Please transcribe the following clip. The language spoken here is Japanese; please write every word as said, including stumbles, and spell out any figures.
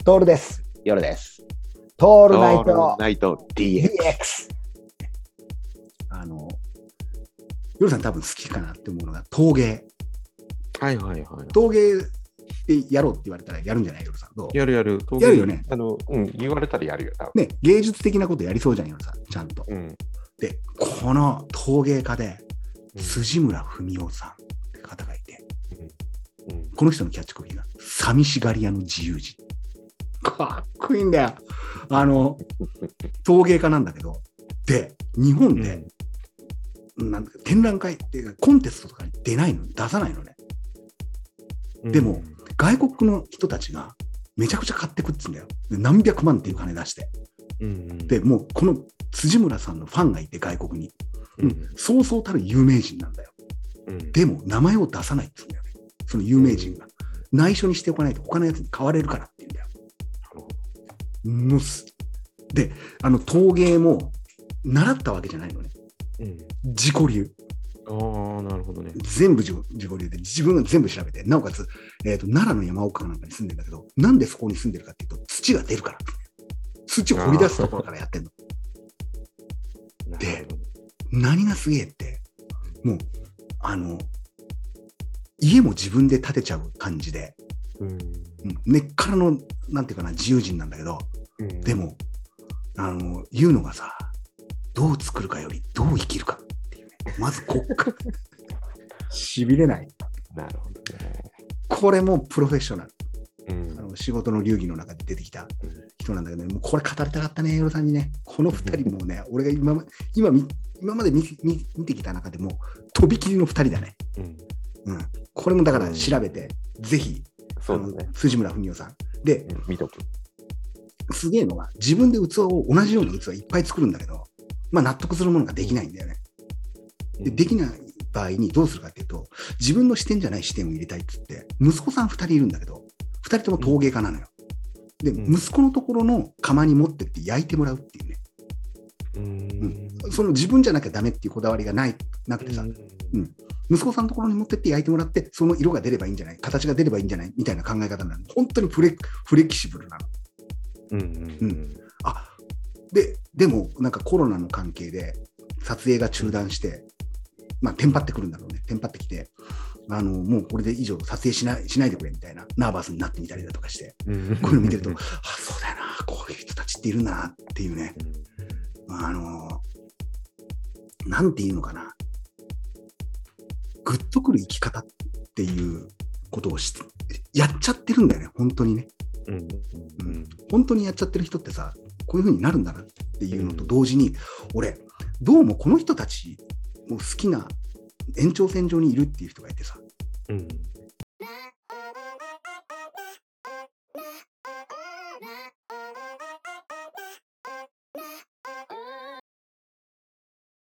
トールです。 夜です。 トールオールナイトナイト ディーエックス。 ディーエックス。あの、夜さん多分好きかなって思うのが陶芸。 はいはいはい。 陶芸でやろうって言われたらやるんじゃない夜さん。どうやるやる。 やるよね。 あの、うん、言われたらやるよ、多分。 ね、芸術的なことやりそうじゃん、夜さん。ちゃんと。 うん、 で、この陶芸家で、 うん、 辻村文夫さんって方がいて、 うんうん、 この人のキャッチコピーが、寂しがり屋の自由人。かっこいいんだよ。あの、陶芸家なんだけど、で、日本で、うん、なんか展覧会っていうか、コンテストとかに出ないのに、出さないのね。でも、外国の人たちがめちゃくちゃ買ってくっつうんだよ。何百万っていう金出して。 うん、 で、もうこの辻村さんのファンがいて、外国に。うん、そうそうたる有名人なんだよ。うん、でも、名前を出さないって言うんだよね。その有名人が。内緒にしておかないと他のやつに買われるからって言うんだよ。のすで、あの陶芸も習ったわけじゃないのね。うん、自己流。 ああ、なるほどね。 全部自己流で、自分が全部調べて、なおかつ、えーと、奈良の山奥かなんかに住んでるんだけど、なんでそこに住んでるかっていうと、土が出るから。土を掘り出すところからやってんの。で、何がすげえって、もう、あの、家も自分で建てちゃう感じで、うん、根っからの、なんていうかな、自由人なんだけど、うん、でも、あの、言うのがさ、どう作るかよりどう生きるかっていうね。まずこっから。しびれない。 なるほどね。 これもプロフェッショナル。うん、あの仕事の流儀の中で出てきた人なんだけど、ね、もうこれ語りたかったね、ヨロさんにね。このふたりもね、俺が今ま今今まで 見, 見, 見てきた中でも、とびきりのふたりだね。うんうん、これもだから調べて、うん、ぜひ、そうね、辻村文夫さん。で、 うん、見とく。 すげえのは、自分で器を、同じような器いっぱい作るんだけど、まあ納得するものができないんだよね。で、できない場合にどうするかっていうと、自分の視点じゃない視点を入れたいっつって、息子さんふたりいるんだけど、ふたりとも陶芸家なのよ。で、うん、息子のところの窯に持ってって焼いてもらうっていうね。うんうん、その自分じゃなきゃダメっていうこだわりがない、なくてさ、うんうん、息子さんのところに持ってって焼いてもらって、その色が出ればいいんじゃない、形が出ればいいんじゃないみたいな考え方なの。本当にフレ、フレキシブルなの。うんうんうん、あででもなんかコロナの関係で撮影が中断して、まあテンパってくるんだろうね。テンパってきて、あのもうこれで以上撮影しないしないでくれみたいな、ナーバスになってみたりだとかして、うん、こういうの見てると、あ、そうだよな、こういう人たちっているんだなっていうね。あのなんていうのかな、グッとくる生き方っていうことをしやっちゃってるんだよね、本当にね。うんうん、本当にやっちゃってる人ってさ、こういう風になるんだなっていうのと同時に、うん、俺どうもこの人たちも好きな延長線上にいるっていう人がいてさ、うん、